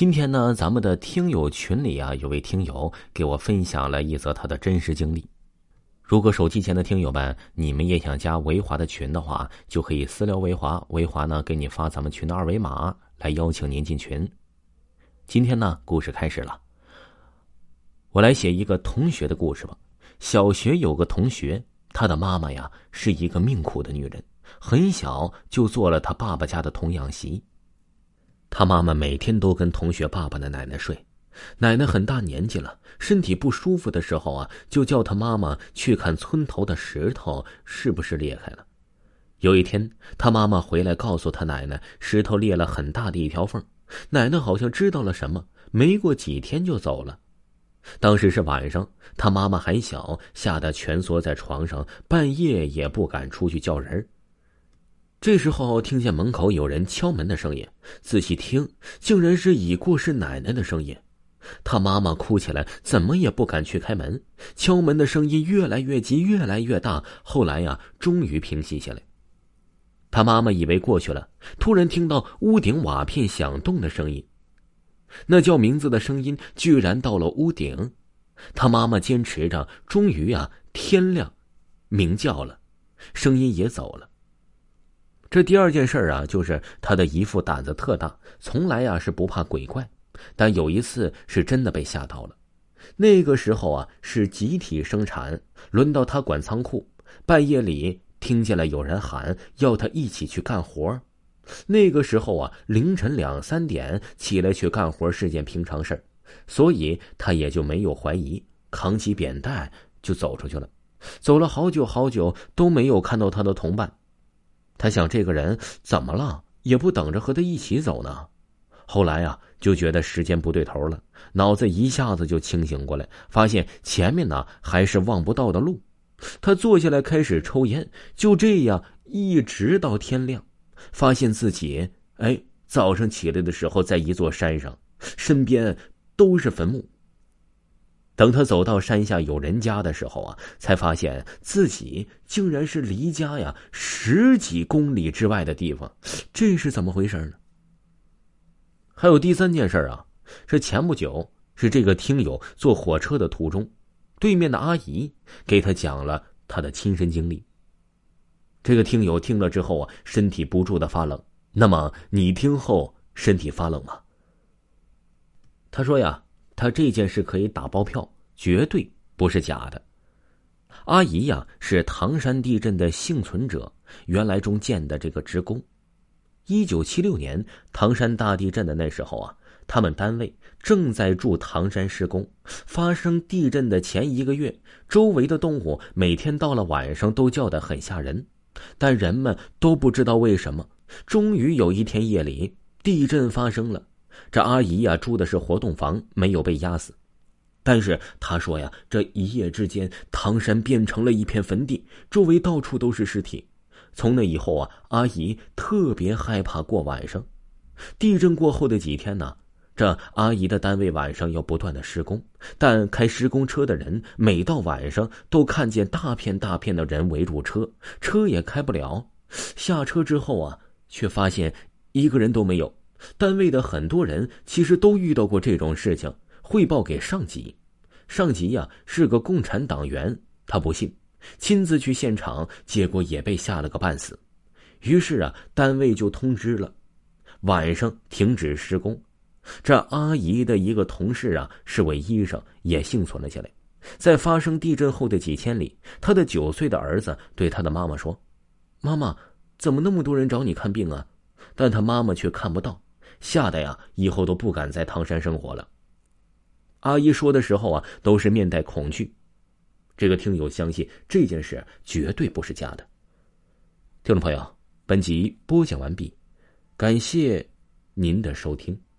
今天呢，咱们的听友群里啊，有位听友给我分享了一则他的真实经历。如果手机前的听友们，你们也想加维华的群的话，就可以私聊维华，维华呢给你发咱们群的二维码，来邀请您进群。今天呢，故事开始了。我来写一个同学的故事吧。小学有个同学，他的妈妈呀是一个命苦的女人，很小就做了他爸爸家的童养媳。他妈妈每天都跟同学爸爸的奶奶睡，奶奶很大年纪了，身体不舒服的时候啊，就叫他妈妈去看村头的石头是不是裂开了。有一天，他妈妈回来告诉他奶奶，石头裂了很大的一条缝。奶奶好像知道了什么，没过几天就走了。当时是晚上，他妈妈还小，吓得蜷缩在床上，半夜也不敢出去叫人。这时候听见门口有人敲门的声音，仔细听，竟然是已过世奶奶的声音。他妈妈哭起来，怎么也不敢去开门。敲门的声音越来越急，越来越大，后来呀，终于平息下来。他妈妈以为过去了，突然听到屋顶瓦片响动的声音，那叫名字的声音居然到了屋顶。他妈妈坚持着，终于啊，天亮，鸣叫了，声音也走了。这第二件事啊，就是他的姨父胆子特大，从来啊是不怕鬼怪，但有一次是真的被吓到了。那个时候啊是集体生产，轮到他管仓库，半夜里听见了有人喊要他一起去干活。那个时候啊凌晨2、3点起来去干活是件平常事儿，所以他也就没有怀疑，扛起扁担就走出去了。走了好久好久都没有看到他的同伴。他想，这个人怎么了，也不等着和他一起走呢。后来啊就觉得时间不对头了，脑子一下子就清醒过来，发现前面呢还是望不到的路。他坐下来开始抽烟，就这样一直到天亮，发现自己早上起来的时候在一座山上，身边都是坟墓。等他走到山下有人家的时候啊，才发现自己竟然是离家呀10几公里之外的地方，这是怎么回事呢？还有第三件事啊，是前不久，是这个听友坐火车的途中，对面的阿姨给他讲了他的亲身经历。这个听友听了之后啊，身体不住的发冷。那么你听后身体发冷吗？他说呀，他这件事可以打包票，绝对不是假的。阿姨呀是唐山地震的幸存者，原来中建的这个职工。1976年唐山大地震的那时候啊，他们单位正在驻唐山施工。发生地震的前1个月，周围的动物每天到了晚上都叫得很吓人，但人们都不知道为什么。终于有一天夜里，地震发生了。这阿姨呀住的是活动房，没有被压死。但是她说呀，这一夜之间，唐山变成了一片坟地，周围到处都是尸体。从那以后啊，阿姨特别害怕过晚上。地震过后的几天呢，这阿姨的单位晚上要不断的施工，但开施工车的人每到晚上都看见大片大片的人围住车，车也开不了。下车之后啊，却发现一个人都没有。单位的很多人其实都遇到过这种事情，汇报给上级。上级呀是个共产党员，他不信，亲自去现场，结果也被吓了个半死。于是啊，单位就通知了，晚上停止施工。这阿姨的一个同事啊是位医生，也幸存了下来。在发生地震后的几天里，他的9岁的儿子对他的妈妈说，妈妈，怎么那么多人找你看病啊？但他妈妈却看不到，吓得呀以后都不敢在唐山生活了。阿姨说的时候啊，都是面带恐惧。这个听友相信这件事绝对不是假的。听众朋友，本集播讲完毕，感谢您的收听。